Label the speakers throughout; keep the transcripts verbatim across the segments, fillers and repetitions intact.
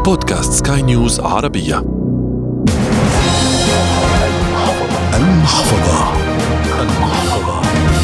Speaker 1: بودكاست سكاي نيوز عربية. المحفظة. المحفظة.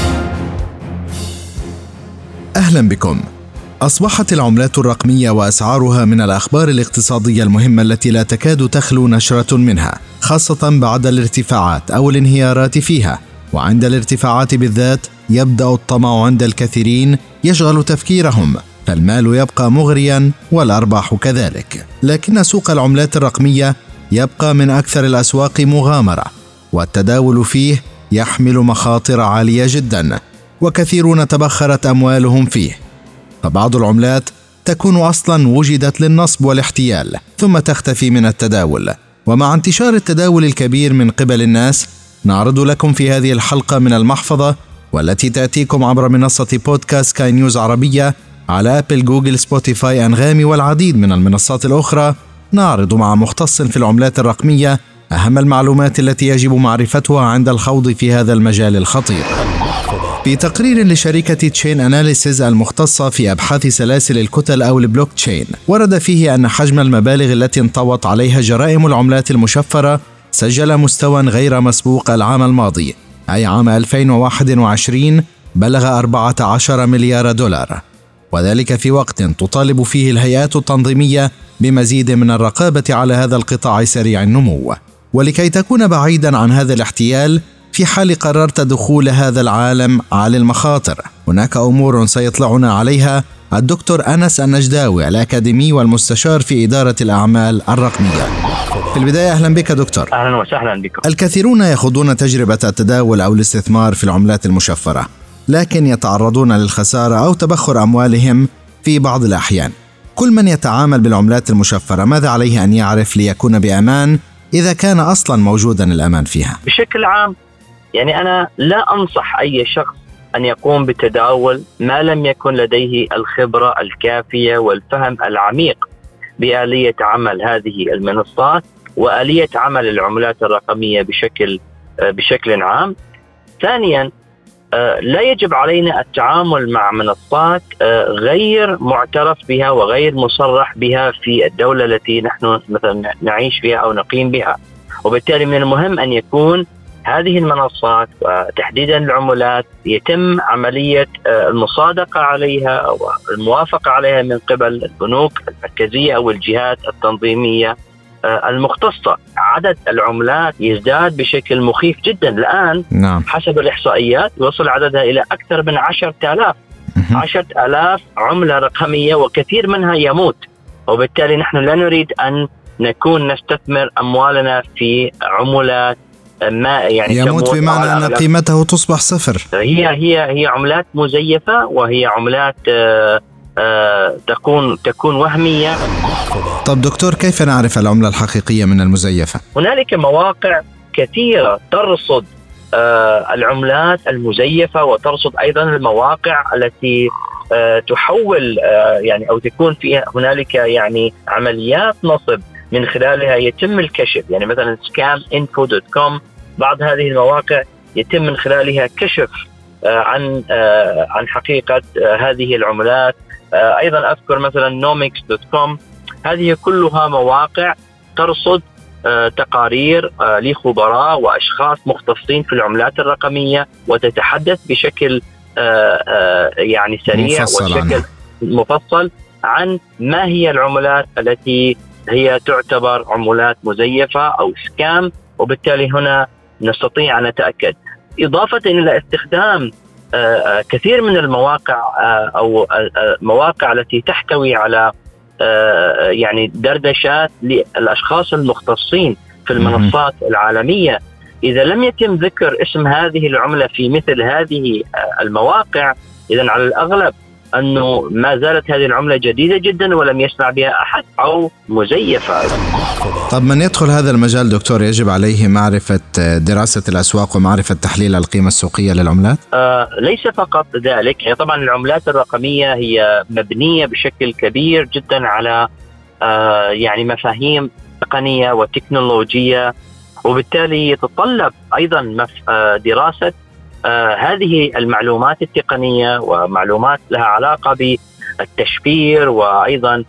Speaker 2: أهلا بكم. أصبحت العملات الرقمية وأسعارها من الأخبار الاقتصادية المهمة التي لا تكاد تخلو نشرة منها، خاصة بعد الارتفاعات أو الانهيارات فيها. وعند الارتفاعات بالذات يبدأ الطمع عند الكثيرين يشغل تفكيرهم، فالمال يبقى مغريا والأرباح كذلك. لكن سوق العملات الرقمية يبقى من أكثر الأسواق مغامرة، والتداول فيه يحمل مخاطر عالية جدا، وكثيرون تبخرت أموالهم فيه. فبعض العملات تكون أصلا وجدت للنصب والاحتيال ثم تختفي من التداول. ومع انتشار التداول الكبير من قبل الناس، نعرض لكم في هذه الحلقة من المحفظة، والتي تأتيكم عبر منصة بودكاست سكاي نيوز عربية على أبل، جوجل، سبوتيفاي، أنغامي والعديد من المنصات الأخرى. نعرض مع مختص في العملات الرقمية أهم المعلومات التي يجب معرفتها عند الخوض في هذا المجال الخطير. في تقرير لشركة تشين أناليسيز المختصة في أبحاث سلاسل الكتل أو البلوك تشين، ورد فيه أن حجم المبالغ التي انطوت عليها جرائم العملات المشفرة سجل مستوى غير مسبوق العام الماضي، أي عام ألفين وواحد وعشرين، بلغ أربعة عشر مليار دولار، وذلك في وقت تطالب فيه الهيئات التنظيمية بمزيد من الرقابة على هذا القطاع سريع النمو. ولكي تكون بعيدا عن هذا الاحتيال، في حال قررت دخول هذا العالم عالي المخاطر، هناك أمور سيطلعنا عليها الدكتور أنس النجداوي، الأكاديمي والمستشار في إدارة الأعمال الرقمية. في البداية أهلا بك دكتور.
Speaker 3: أهلا وسهلا بكم.
Speaker 2: الكثيرون يخوضون تجربة التداول أو الاستثمار في العملات المشفرة، لكن يتعرضون للخسارة أو تبخر أموالهم في بعض الأحيان. كل من يتعامل بالعملات المشفرة ماذا عليه أن يعرف ليكون بأمان، إذا كان أصلا موجودا الأمان فيها؟
Speaker 3: بشكل عام يعني أنا لا أنصح أي شخص أن يقوم بالتداول ما لم يكن لديه الخبرة الكافية والفهم العميق بآلية عمل هذه المنصات وآلية عمل العملات الرقمية بشكل بشكل عام. ثانيا، لا يجب علينا التعامل مع منصات غير معترف بها وغير مصرح بها في الدولة التي نحن مثلا نعيش فيها أو نقيم بها. وبالتالي من المهم أن يكون هذه المنصات وتحديدا العملات يتم عملية المصادقة عليها أو الموافقة عليها من قبل البنوك المركزية أو الجهات التنظيمية المختصة. عدد العملات يزداد بشكل مخيف جدا الآن.
Speaker 2: نعم.
Speaker 3: حسب الإحصائيات يوصل عددها إلى أكثر من عشرة آلاف عشرة آلاف عملة رقمية، وكثير منها يموت. وبالتالي نحن لا نريد أن نكون نستثمر أموالنا في عملات ما يعني
Speaker 2: يموت بمعنى أن قيمته تصبح صفر.
Speaker 3: هي هي هي عملات مزيفة، وهي عملات آه آه تكون تكون وهمية.
Speaker 2: طب دكتور، كيف نعرف العملة الحقيقية من المزيفة؟
Speaker 3: هنالك مواقع كثيرة ترصد آه العملات المزيفة، وترصد أيضا المواقع التي آه تحول آه يعني أو تكون فيها هنالك يعني عمليات نصب من خلالها يتم الكشف. يعني مثلا سكام إنفو دوت كوم، بعض هذه المواقع يتم من خلالها كشف آه عن آه عن حقيقة آه هذه العملات. آه أيضا أذكر مثلا نوميكس دوت كوم، هذه كلها مواقع ترصد آه تقارير آه لخبراء وأشخاص مختصين في العملات الرقمية، وتتحدث بشكل آه آه يعني سريع وبشكل مفصل عن ما هي العملات التي هي تعتبر عملات مزيفة أو سكام. وبالتالي هنا نستطيع أن نتأكد. إضافة إلى استخدام كثير من المواقع أو المواقع التي تحتوي على يعني دردشات للأشخاص المختصين في المنصات العالمية، إذا لم يتم ذكر اسم هذه العملة في مثل هذه المواقع، إذن على الأغلب أنه ما زالت هذه العملة جديدة جدا ولم يسمع بها أحد أو مزيفة.
Speaker 2: طب من يدخل هذا المجال دكتور يجب عليه معرفة دراسة الأسواق ومعرفة تحليل القيمة السوقية للعملات؟
Speaker 3: آه ليس فقط ذلك. يعني طبعا العملات الرقمية هي مبنية بشكل كبير جدا على آه يعني مفاهيم تقنية وتكنولوجية، وبالتالي يتطلب أيضا آه دراسة آه هذه المعلومات التقنية ومعلومات لها علاقة بالتشفير، وأيضا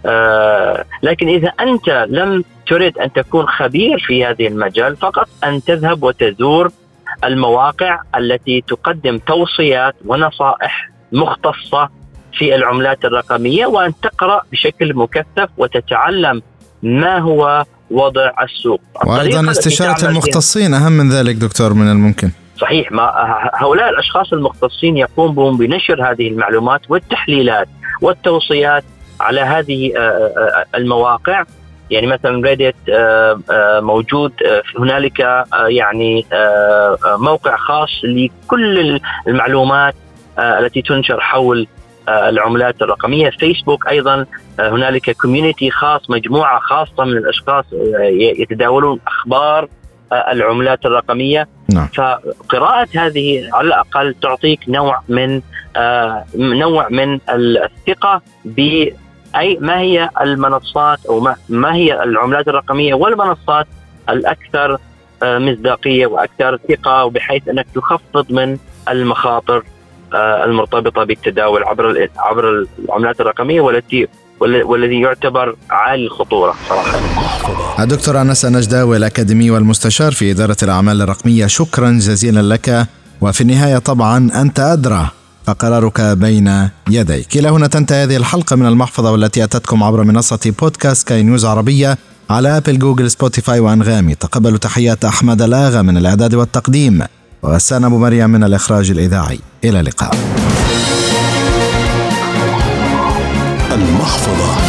Speaker 3: آه لكن إذا أنت لم تريد أن تكون خبير في هذه المجال، فقط أن تذهب وتزور المواقع التي تقدم توصيات ونصائح مختصة في العملات الرقمية، وأن تقرأ بشكل مكثف وتتعلم ما هو وضع السوق.
Speaker 2: وأيضا استشارة المختصين أهم من ذلك دكتور من الممكن.
Speaker 3: صحيح، ما هؤلاء الأشخاص المختصين يقومون بنشر هذه المعلومات والتحليلات والتوصيات على هذه المواقع. يعني مثلا ريديت موجود، هنالك يعني موقع خاص لكل المعلومات التي تنشر حول العملات الرقمية. فيسبوك أيضا هنالك كوميونيتي خاص، مجموعة خاصة من الأشخاص يتداولون أخبار العملات الرقمية.
Speaker 2: نعم.
Speaker 3: فقراءة هذه على الأقل تعطيك نوع من نوع من الثقة ب أي ما هي المنصات أو ما, ما هي العملات الرقمية والمنصات الأكثر مصداقية وأكثر ثقة، وبحيث أنك تخفض من المخاطر المرتبطة بالتداول عبر عبر العملات الرقمية والتي والذي يعتبر عالي الخطورة صراحة.
Speaker 2: الدكتور أنس النجداوي الأكاديمي والمستشار في إدارة الأعمال الرقمية، شكرا جزيلا لك. وفي النهاية طبعا أنت أدرى، فقرارك بين يديك. إلى هنا تنتهي هذه الحلقة من المحفظة، والتي أتتكم عبر منصة بودكاست سكاي نيوز عربية على أبل، جوجل، سبوتيفاي وأنغامي. تقبلوا تحيات أحمد الآغا من الإعداد والتقديم، وغسان أبو مريم من الإخراج الإذاعي. إلى اللقاء.
Speaker 1: المحفظة.